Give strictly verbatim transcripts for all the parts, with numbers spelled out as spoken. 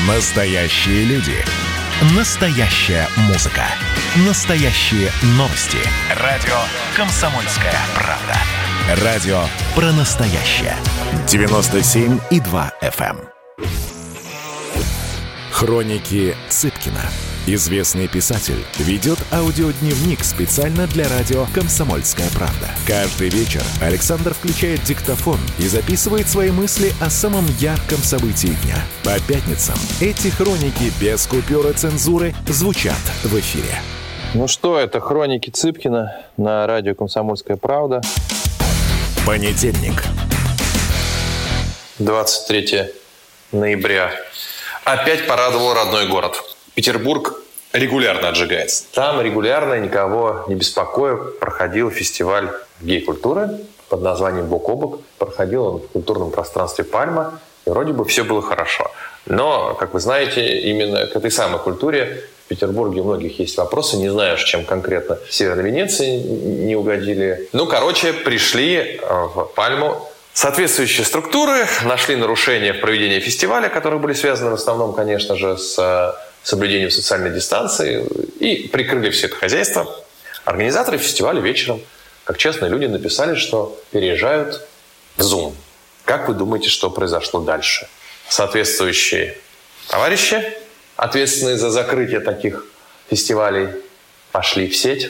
Настоящие люди. Настоящая музыка. Настоящие новости. Радио «Комсомольская правда». Радио про настоящее. девяносто семь и два эф эм. Хроники Цыпкина. Известный писатель ведет аудиодневник специально для радио «Комсомольская правда». Каждый вечер Александр включает диктофон и записывает свои мысли о самом ярком событии дня. По пятницам эти хроники без купюр и цензуры звучат в эфире. Ну что, это хроники Цыпкина на радио «Комсомольская правда». Понедельник. двадцать третьего ноября. Опять порадовал родной город. Петербург регулярно отжигается. Там регулярно, никого не беспокоя, проходил фестиваль гей-культуры под названием «Бок о бок». Проходил он в культурном пространстве «Пальма», и вроде бы все было хорошо. Но, как вы знаете, именно к этой самой культуре в Петербурге у многих есть вопросы. Не знаю, чем конкретно в Северной Венеции не угодили. Ну, короче, пришли в «Пальму» соответствующие структуры, нашли нарушения в проведении фестиваля, которые были связаны в основном, конечно же, с соблюдением социальной дистанции, и прикрыли все это хозяйство. Организаторы фестиваля вечером, как честные люди, написали, что переезжают в Zoom. Как вы думаете, что произошло дальше? Соответствующие товарищи, ответственные за закрытие таких фестивалей, пошли в сеть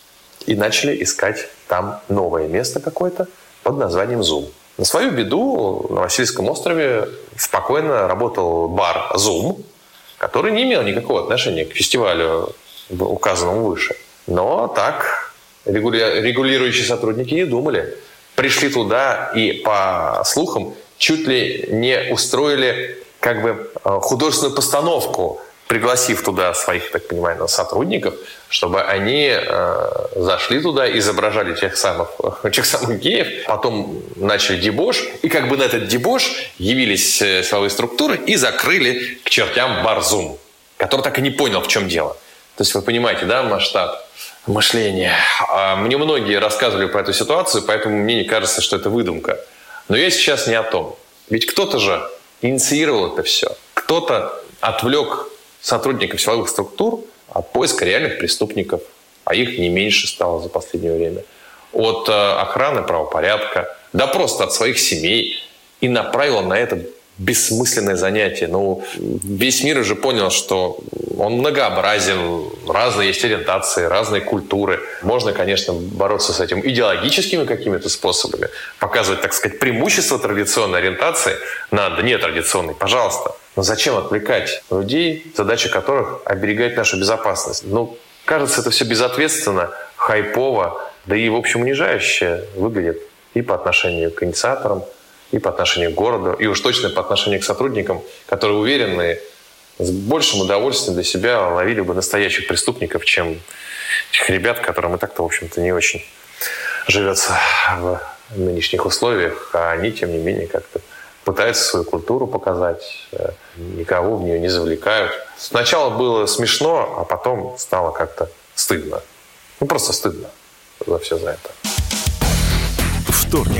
и начали искать там новое место какое-то под названием Zoom. На свою беду на Васильевском острове спокойно работал бар Zoom, который не имел никакого отношения к фестивалю, указанному выше. Но так регули... регулирующие сотрудники не думали. Пришли туда и, по слухам, чуть ли не устроили как бы художественную постановку, пригласив туда своих, так понимаю, сотрудников, чтобы они э, зашли туда, изображали тех самых, тех самых геев, потом начали дебош, и как бы на этот дебош явились силовые структуры и закрыли к чертям бар Zoom, который так и не понял, в чем дело. То есть вы понимаете, да, масштаб мышления. А мне многие рассказывали про эту ситуацию, поэтому мне не кажется, что это выдумка. Но я сейчас не о том. Ведь кто-то же инициировал это все. Кто-то отвлек сотрудников силовых структур от поиска реальных преступников, а их не меньше стало за последнее время, от э, охраны правопорядка, да просто от своих семей, и направил на это бессмысленное занятие. Ну, весь мир уже понял, что он многообразен, разные есть ориентации, разные культуры. Можно, конечно, бороться с этим идеологическими какими-то способами, показывать, так сказать, преимущество традиционной ориентации над нетрадиционной, пожалуйста. Но зачем отвлекать людей, задача которых оберегать нашу безопасность? Ну, кажется, это все безответственно, хайпово, да и, в общем, унижающе выглядит и по отношению к инициаторам, и по отношению к городу, и уж точно по отношению к сотрудникам, которые уверены, с большим удовольствием для себя ловили бы настоящих преступников, чем этих ребят, которым и так-то, в общем-то, не очень живется в нынешних условиях, а они, тем не менее, как-то пытаются свою культуру показать, никого в нее не завлекают. Сначала было смешно, а потом стало как-то стыдно. Ну, просто стыдно за все за это. Вторник.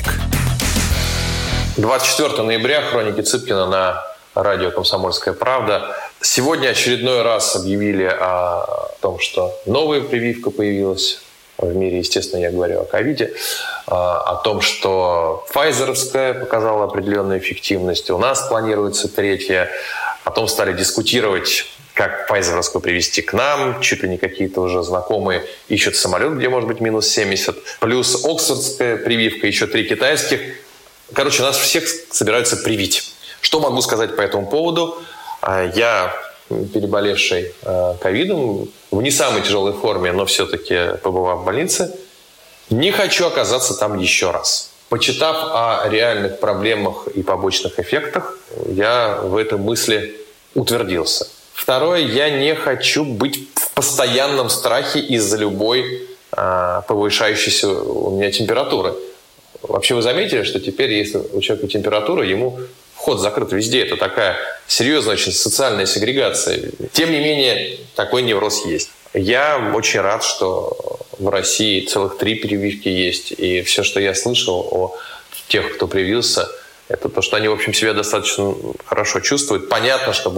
двадцать четвёртого ноября. Хроники Цыпкина на радио «Комсомольская правда». Сегодня очередной раз объявили о том, что новая прививка появилась в мире. Естественно, я говорю о ковиде. О том, что файзеровская показала определенную эффективность. У нас планируется третья. Потом стали дискутировать, как файзеровскую привезти к нам. Чуть ли не какие-то уже знакомые ищут самолет, где может быть минус семьдесят. Плюс оксфордская прививка, еще три китайских. Короче, нас всех собираются привить. Что могу сказать по этому поводу? Я, переболевший ковидом, в не самой тяжелой форме, но все-таки побывав в больнице, не хочу оказаться там еще раз. Почитав о реальных проблемах и побочных эффектах, я в этой мысли утвердился. Второе, я не хочу быть в постоянном страхе из-за любой а, повышающейся у меня температуры. Вообще вы заметили, что теперь, если у человека температура, ему вход закрыт везде. Это такая серьезная очень социальная сегрегация. Тем не менее, такой невроз есть. Я очень рад, что в России целых три прививки есть. И все, что я слышал о тех, кто привился, это то, что они, в общем, себя достаточно хорошо чувствуют. Понятно, что будут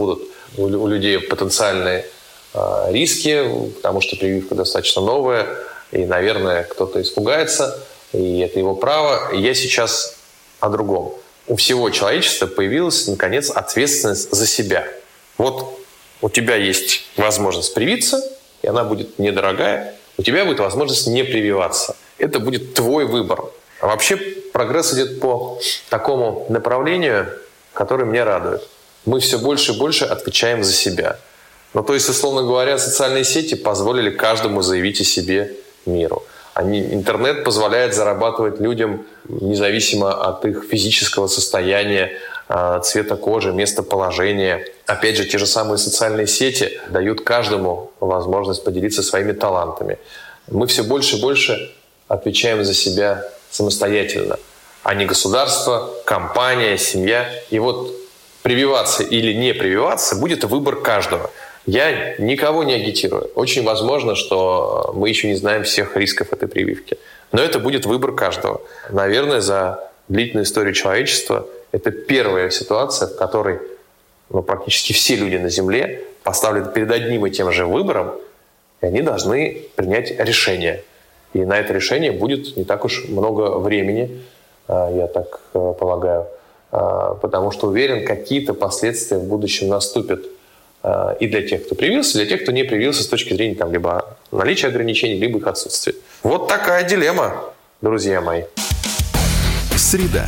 у, у людей потенциальные э, риски, потому что прививка достаточно новая, и, наверное, кто-то испугается, и это его право. Я сейчас о другом. У всего человечества появилась, наконец, ответственность за себя. Вот у тебя есть возможность привиться, и она будет недорогая. У тебя будет возможность не прививаться. Это будет твой выбор. А вообще прогресс идет по такому направлению, которое меня радует. Мы все больше и больше отвечаем за себя. Ну, то есть, условно говоря, социальные сети позволили каждому заявить о себе миру. Они, интернет позволяет зарабатывать людям независимо от их физического состояния, цвета кожи, местоположения. Опять же, те же самые социальные сети дают каждому возможность поделиться своими талантами. Мы все больше и больше отвечаем за себя самостоятельно, а не государство, компания, семья. И вот прививаться или не прививаться будет выбор каждого. Я никого не агитирую. Очень возможно, что мы еще не знаем всех рисков этой прививки. Но это будет выбор каждого. Наверное, за длительную историю человечества это первая ситуация, в которой ну, практически все люди на Земле поставлены перед одним и тем же выбором, и они должны принять решение. И на это решение будет не так уж много времени, я так полагаю, потому что уверен, какие-то последствия в будущем наступят и для тех, кто привился, и для тех, кто не привился с точки зрения там, либо наличия ограничений, либо их отсутствия. Вот такая дилемма, друзья мои. Среда.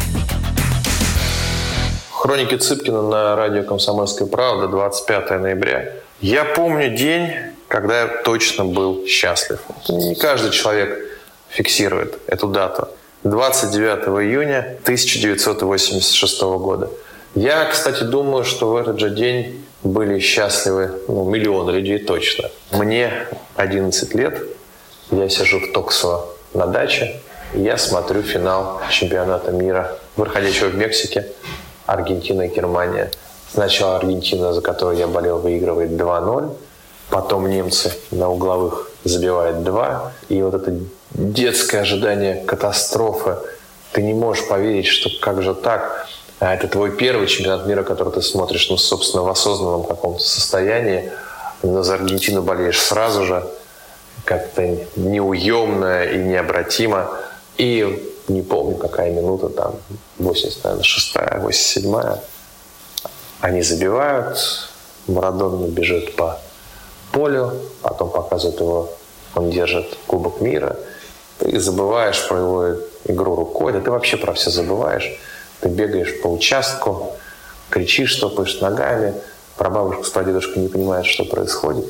Хроники Цыпкина на радио «Комсомольская правда», двадцать пятое ноября. Я помню день, когда я точно был счастлив. Не каждый человек фиксирует эту дату. двадцать девятого июня тысяча девятьсот восемьдесят шестого года. Я, кстати, думаю, что в этот же день были счастливы ну, миллионы людей точно. Мне одиннадцать лет, я сижу в Токсово на даче, и я смотрю финал чемпионата мира, проходящего в Мексике, Аргентина и Германия. Сначала Аргентина, за которую я болел, выигрывает два ноль, потом немцы на угловых забивают два, и вот это детское ожидание катастрофы. Ты не можешь поверить, что как же так? А это твой первый чемпионат мира, который ты смотришь, ну, собственно, в осознанном каком-то состоянии. Но за Аргентину болеешь сразу же, как-то неуемно и необратимо. И не помню, какая минута там, восемьдесят шестая, восемьдесят седьмая. Они забивают, Марадона бежит по полю, потом показывают его, он держит Кубок мира. Ты забываешь про его игру рукой, да ты вообще про все забываешь. Ты бегаешь по участку, кричишь, топаешь ногами, прабабушка с прадедушкой не понимают, что происходит.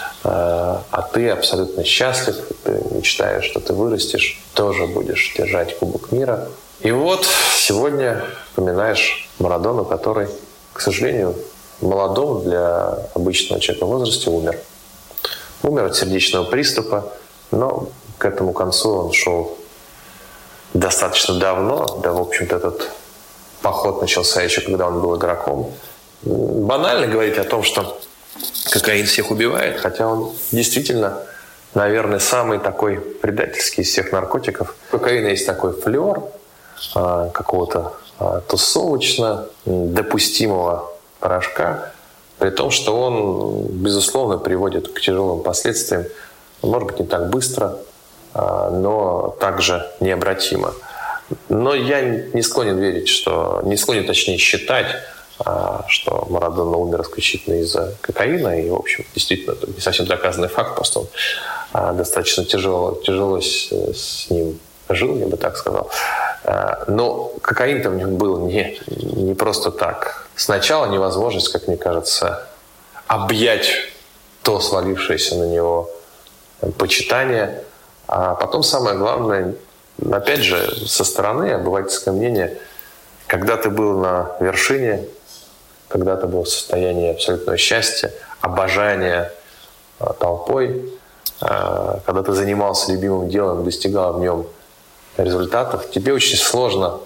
А ты абсолютно счастлив, ты мечтаешь, что ты вырастешь, тоже будешь держать Кубок мира. И вот сегодня вспоминаешь Марадону, который, к сожалению, в молодом для обычного человека в возрасте умер. Умер от сердечного приступа, но к этому концу он шел достаточно давно. Да, в общем-то, этот поход начался еще, когда он был игроком. Банально говорить о том, что кокаин всех убивает, хотя он действительно, наверное, самый такой предательский из всех наркотиков. У кокаина есть такой флёр а, какого-то а, тусовочно допустимого порошка, при том, что он, безусловно, приводит к тяжелым последствиям, может быть, не так быстро, а, но также необратимо. Но я не склонен верить, что, не склонен, точнее, считать, что Марадона умер исключительно из-за кокаина. И, в общем, действительно, это не совсем доказанный факт, просто он достаточно тяжело, тяжело с, с ним жил, я бы так сказал. Но кокаин-то в нем был не, не просто так. Сначала невозможность, как мне кажется, объять то свалившееся на него почитание, а потом самое главное, опять же, со стороны обывательское мнение, когда ты был на вершине, когда ты был в состоянии абсолютного счастья, обожания толпой, когда ты занимался любимым делом, достигал в нем результатов, тебе очень сложно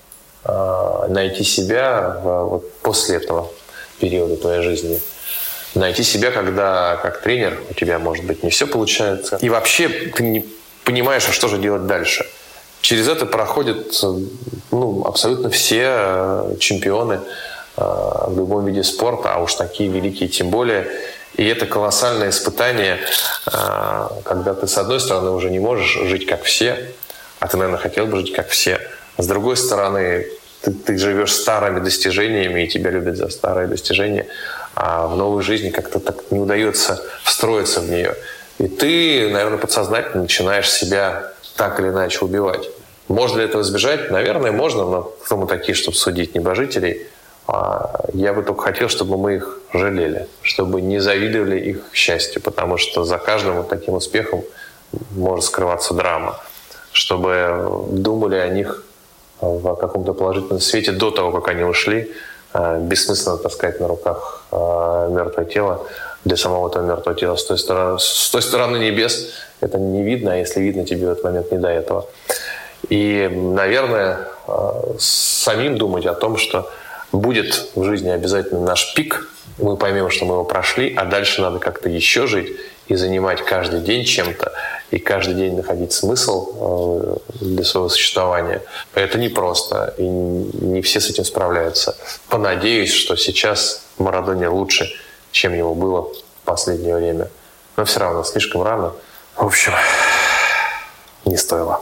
найти себя вот после этого периода твоей жизни. Найти себя, когда как тренер у тебя, может быть, не все получается. И вообще ты не понимаешь, а что же делать дальше. Через это проходят ну, абсолютно все чемпионы в любом виде спорта, а уж такие великие тем более. И это колоссальное испытание, когда ты, с одной стороны, уже не можешь жить как все, а ты, наверное, хотел бы жить как все. А с другой стороны, ты, ты живешь старыми достижениями, и тебя любят за старые достижения, а в новой жизни как-то так не удается встроиться в нее. И ты, наверное, подсознательно начинаешь себя так или иначе убивать. Можно ли этого избежать? Наверное, можно, но кто мы такие, чтобы судить небожителей? Я бы только хотел, чтобы мы их жалели, чтобы не завидовали их счастью, потому что за каждым вот таким успехом может скрываться драма. Чтобы думали о них в каком-то положительном свете до того, как они ушли. Бессмысленно таскать на руках мертвое тело. Для самого этого мертвого тела с той стороны, с той стороны небес это не видно, а если видно, тебе в этот момент не до этого. И, наверное, самим думать о том, что будет в жизни обязательно наш пик, мы поймем, что мы его прошли, а дальше надо как-то еще жить и занимать каждый день чем-то, и каждый день находить смысл для своего существования. Это непросто, и не все с этим справляются. Понадеюсь, что сейчас Марадоне лучше, чем ему было в последнее время. Но все равно слишком рано. В общем, не стоило.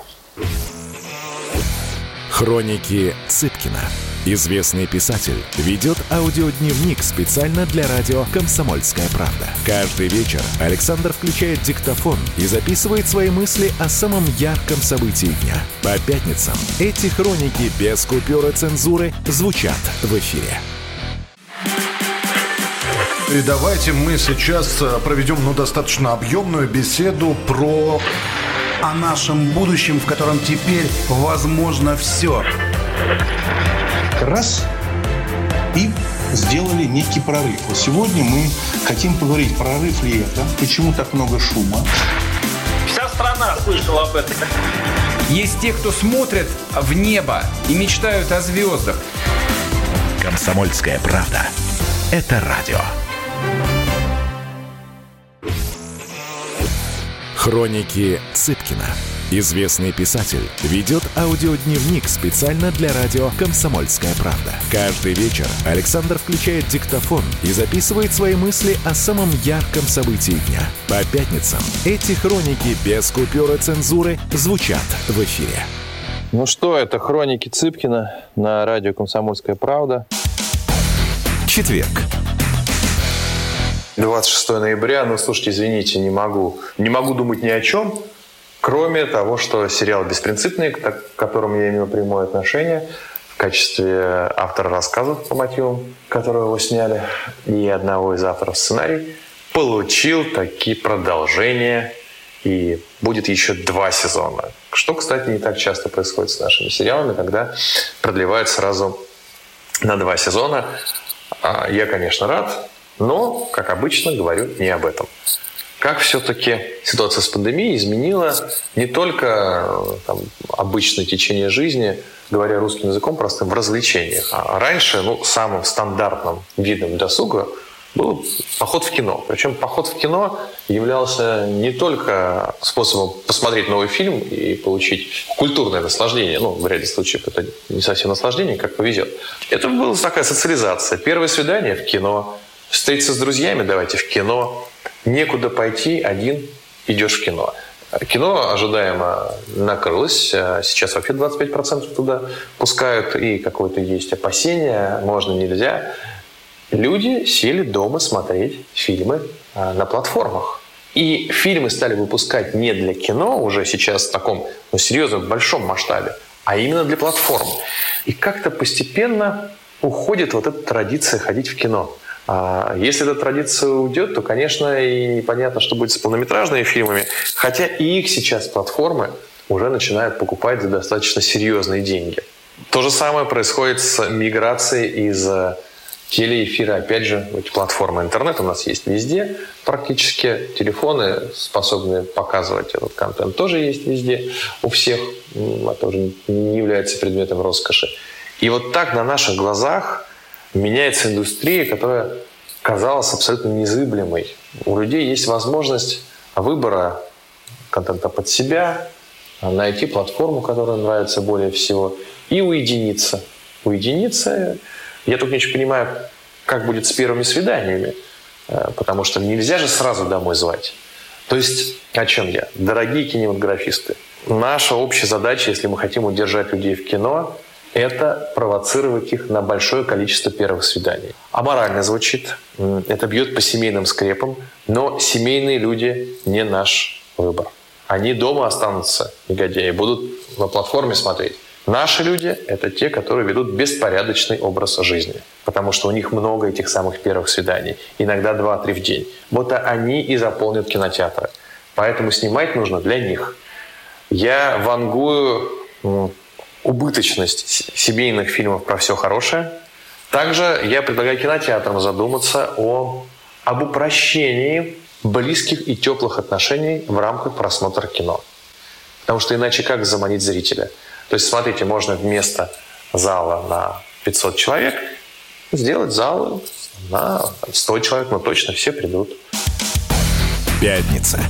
Хроники Цыпкина. Известный писатель ведет аудиодневник специально для радио «Комсомольская правда». Каждый вечер Александр включает диктофон и записывает свои мысли о самом ярком событии дня. По пятницам эти хроники без купюр и цензуры звучат в эфире. И давайте мы сейчас проведем ну, достаточно объемную беседу про... о нашем будущем, в котором теперь возможно все. Раз и сделали некий прорыв. Вот сегодня мы хотим поговорить, прорыв ли это, почему так много шума. Вся страна слышала об этом. Есть те, кто смотрят в небо и мечтают о звездах. «Комсомольская правда» — это радио. Хроники Цыпкина. Известный писатель ведет аудиодневник специально для радио «Комсомольская правда». Каждый вечер Александр включает диктофон и записывает свои мысли о самом ярком событии дня. По пятницам эти хроники без купюр и цензуры звучат в эфире. Ну что, это хроники Цыпкина на радио «Комсомольская правда». Четверг. двадцать шестого ноября. Ну, слушайте, извините, не могу. Не могу думать ни о чем, кроме того, что сериал «Беспринципный», к которому я имел прямое отношение, в качестве автора рассказов по мотивам, которые его сняли, и одного из авторов сценария, получил такие продолжения, и будет еще два сезона. Что, кстати, не так часто происходит с нашими сериалами, когда продлевают сразу на два сезона. Я, конечно, рад, но, как обычно, говорю не об этом. Как все-таки ситуация с пандемией изменила не только там, обычное течение жизни, говоря русским языком простым, в развлечениях. А раньше ну, самым стандартным видом досуга был поход в кино. Причем поход в кино являлся не только способом посмотреть новый фильм и получить культурное наслаждение. Ну, в ряде случаев это не совсем наслаждение, как повезет. Это была такая социализация. Первое свидание в кино. Встретиться с друзьями, давайте в кино. Некуда пойти, один идешь в кино. Кино ожидаемо накрылось. Сейчас вообще двадцать пять процентов туда пускают. И какое-то есть опасение. Можно, нельзя. Люди сели дома смотреть фильмы на платформах. И фильмы стали выпускать не для кино уже сейчас в таком ну, серьезном, большом масштабе, а именно для платформ. И как-то постепенно уходит вот эта традиция ходить в кино. Если эта традиция уйдет, то, конечно, и непонятно, что будет с полнометражными фильмами. Хотя и их сейчас платформы уже начинают покупать за достаточно серьезные деньги. То же самое происходит с миграцией из телеэфира, опять же, эти платформы. Интернет у нас есть везде практически. Телефоны, способные показывать этот контент, тоже есть везде у всех. Это уже не является предметом роскоши. И вот так на наших глазах меняется индустрия, которая казалась абсолютно незыблемой. У людей есть возможность выбора контента под себя, найти платформу, которая нравится более всего, и уединиться. Уединиться, Я только не очень понимаю, как будет с первыми свиданиями, потому что нельзя же сразу домой звать. То есть, о чем я? Дорогие кинематографисты, наша общая задача, если мы хотим удержать людей в кино, это провоцировать их на большое количество первых свиданий. Аморально звучит, это бьет по семейным скрепам, но семейные люди не наш выбор. Они дома останутся, негодяи, будут на платформе смотреть. Наши люди – это те, которые ведут беспорядочный образ жизни, потому что у них много этих самых первых свиданий, иногда два-три в день. Вот они и заполнят кинотеатры. Поэтому снимать нужно для них. Я вангую убыточность семейных фильмов про все хорошее. Также я предлагаю кинотеатрам задуматься о, об упрощении близких и теплых отношений в рамках просмотра кино. Потому что иначе как заманить зрителя? То есть, смотрите, можно вместо зала на пятьсот человек сделать зал на сто человек, но точно все придут. Пятница.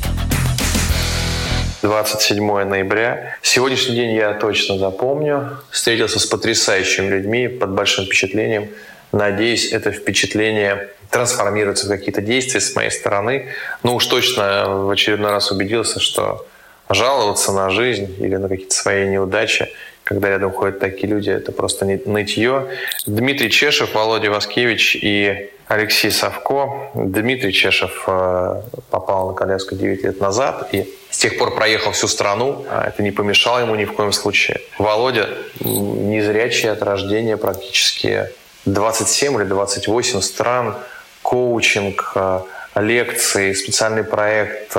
двадцать седьмое ноября. Сегодняшний день я точно запомню. Встретился с потрясающими людьми, под большим впечатлением. Надеюсь, это впечатление трансформируется в какие-то действия с моей стороны. Но уж точно в очередной раз убедился, что жаловаться на жизнь или на какие-то свои неудачи, когда рядом ходят такие люди, это просто нытье. Дмитрий Чешев, Володя Васкевич и Алексей Савко. Дмитрий Чешев попал на коляску девять лет назад и с тех пор проехал всю страну. Это не помешало ему ни в коем случае. Володя незрячий от рождения, практически двадцать семь или двадцать восемь стран, коучинг, лекции, специальный проект,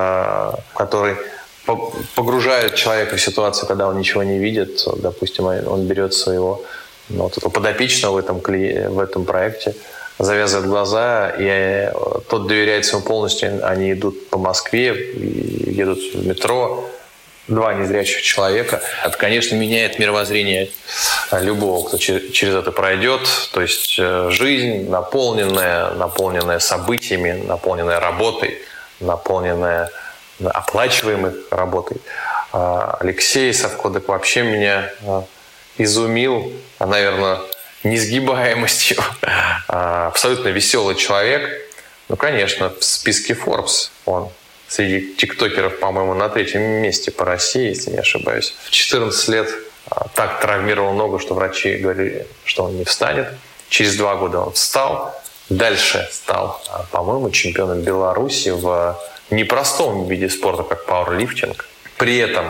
который погружает человека в ситуацию, когда он ничего не видит. Допустим, он берет своего ну, вот этого подопечного в этом, в этом проекте, завязывает глаза, и тот доверяет ему полностью. Они идут по Москве, едут в метро. Два незрячих человека. Это, конечно, меняет мировоззрение любого, кто через это пройдет. То есть жизнь, наполненная, наполненная событиями, наполненная работой, наполненная оплачиваемой работой. Алексей Савко вообще меня изумил, наверное, несгибаемостью. Абсолютно веселый человек. Ну, конечно, в списке Forbes он среди тиктокеров, по-моему, на третьем месте по России, если не ошибаюсь. В четырнадцать лет так травмировал ногу, что врачи говорили, что он не встанет. Через два года он встал. Дальше стал, по-моему, чемпионом Беларуси в непростом виде спорта, как пауэрлифтинг. При этом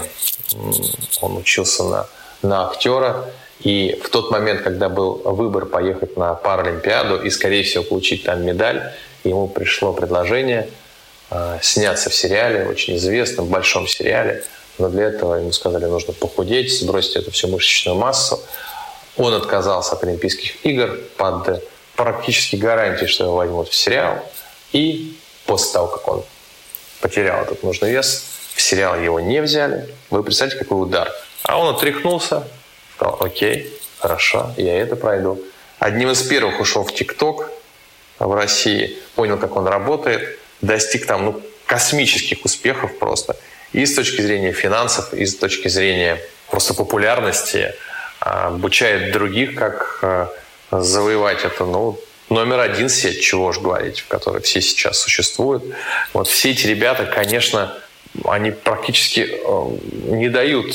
он учился на, на актера. И в тот момент, когда был выбор поехать на Паралимпиаду и, скорее всего, получить там медаль, ему пришло предложение э, сняться в сериале, очень известном, большом сериале. Но для этого ему сказали, нужно похудеть, сбросить эту всю мышечную массу. Он отказался от Олимпийских игр под практически гарантией, что его возьмут в сериал. И после того, как он потерял этот нужный вес, в сериал его не взяли. Вы представьте, какой удар. А он отряхнулся, сказал, окей, хорошо, я это пройду. Одним из первых ушел в ТикТок в России, понял, как он работает, достиг там ну, космических успехов просто. И с точки зрения финансов, и с точки зрения просто популярности, обучает других, как завоевать это, ну, номер один сеть, чего уж говорить, в которой все сейчас существуют. Вот все эти ребята, конечно, они практически не дают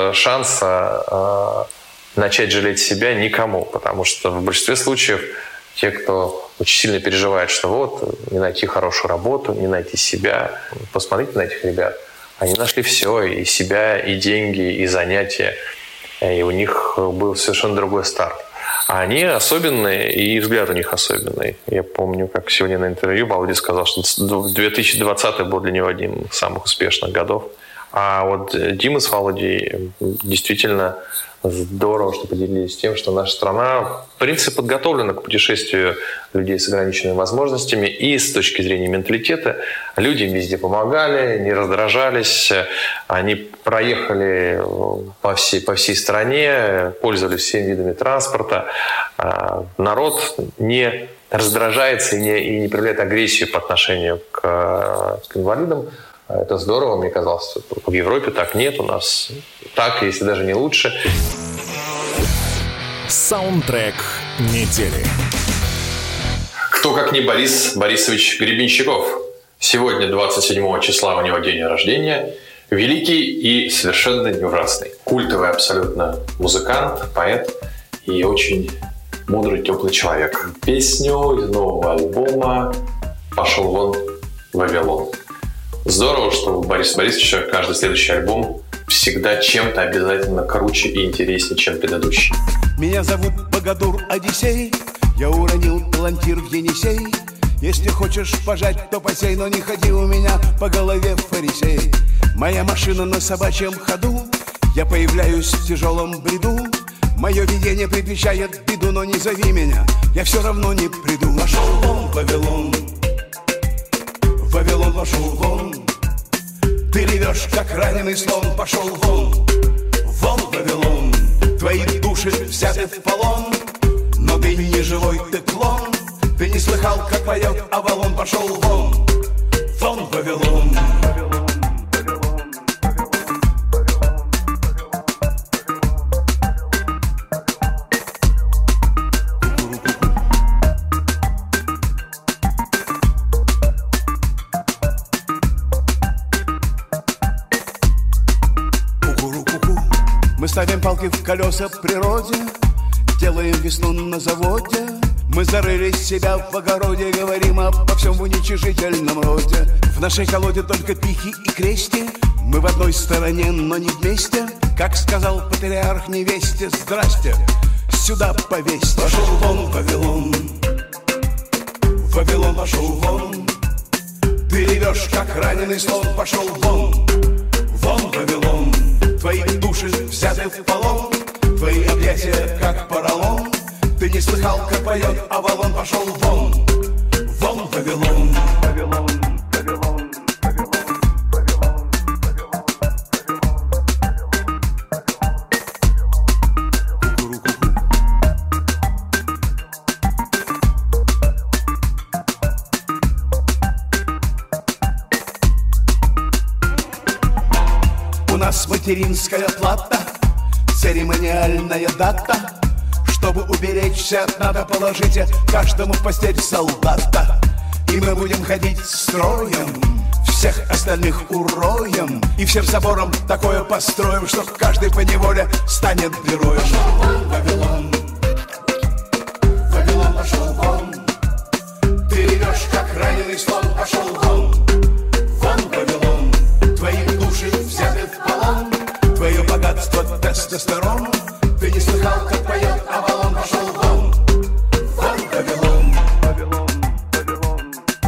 шанса начать жалеть себя никому, потому что в большинстве случаев те, кто очень сильно переживает, что вот, не найти хорошую работу, не найти себя, посмотрите на этих ребят. Они нашли все, и себя, и деньги, и занятия, и у них был совершенно другой старт. А они особенные, и взгляд у них особенный. Я помню, как сегодня на интервью Володя сказал, что две тысячи двадцатый был для него одним из самых успешных годов. А вот Дима с Володей действительно здорово, что поделились тем, что наша страна, в принципе, подготовлена к путешествию людей с ограниченными возможностями. И с точки зрения менталитета люди им везде помогали, не раздражались. Они проехали по всей, по всей стране, пользовались всеми видами транспорта. Народ не раздражается и не, и не проявляет агрессию по отношению к, к инвалидам. Это здорово, мне казалось. В Европе так нет, у нас так, если даже не лучше. Саундтрек недели. Кто, как не Борис Борисович Гребенщиков. Сегодня, двадцать седьмого числа, у него день рождения. Великий и совершенно неужасный. Культовый абсолютно музыкант, поэт и очень мудрый, теплый человек. Песню из нового альбома «Пошел вон, Вавилон». Здорово, что у Бориса Борисовича каждый следующий альбом всегда чем-то обязательно круче и интереснее, чем предыдущий. Меня зовут Богодур Одиссей, я уронил палантир в Енисей. Если хочешь пожать, то посей, но не ходи у меня по голове, фарисей. Моя машина на собачьем ходу, я появляюсь в тяжелом бреду. Мое видение предвещает беду, но не зови меня, я все равно не приду. Пошел вон, Вавилон, Вавилон пошел вон. Ты ревешь, как раненый слон, пошел вон, вон, Вавилон. Твои души взяты в полон, но ты не живой, ты клон. Ты не слыхал, как поет Авалон, пошел вон, вон, Вавилон. Мы ставим палки в колеса природе, делаем весну на заводе. Мы зарыли себя в огороде, говорим обо всем в уничижительном роде. В нашей колоде только пихи и крести, мы в одной стороне, но не вместе. Как сказал патриарх невесте, здрасте, сюда повесьте. Пошел вон, Вавилон, Вавилон пошел вон. Ты ревешь, как раненый слон, пошел вон, вон, Вавилон. Твои души взяты в полон, твои объятия, как поролон. Ты не слыхал, как поет Авалон, пошел вон, вон, Вавилон. Вавилон, Вавилон, у нас материнская плата, церемониальная дата. Чтобы уберечься, надо положить каждому в постель солдата. И мы будем ходить строем, всех остальных уроем. И всем собором такое построим, что каждый поневоле станет героем. Пошел вон, Вавилон, Вавилон пошел вон. Ты ревешь, как раненый слон, пошел вон, вон, Вавилон. Твои души взяты в полон, твое богатство тестостерон. Ты не слыхал, как поет Авалон, пошел вон, вон, Вавилон. Вавилон, Вавилон,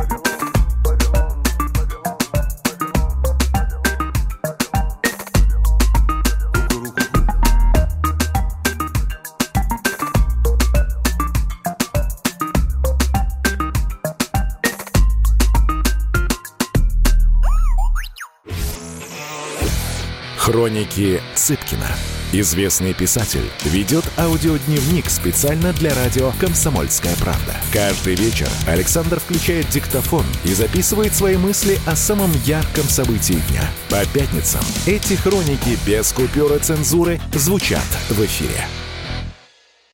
Хроники Цыпкина. Известный писатель ведет аудиодневник специально для радио «Комсомольская правда». Каждый вечер Александр включает диктофон и записывает свои мысли о самом ярком событии дня. По пятницам эти хроники без купюр и цензуры звучат в эфире.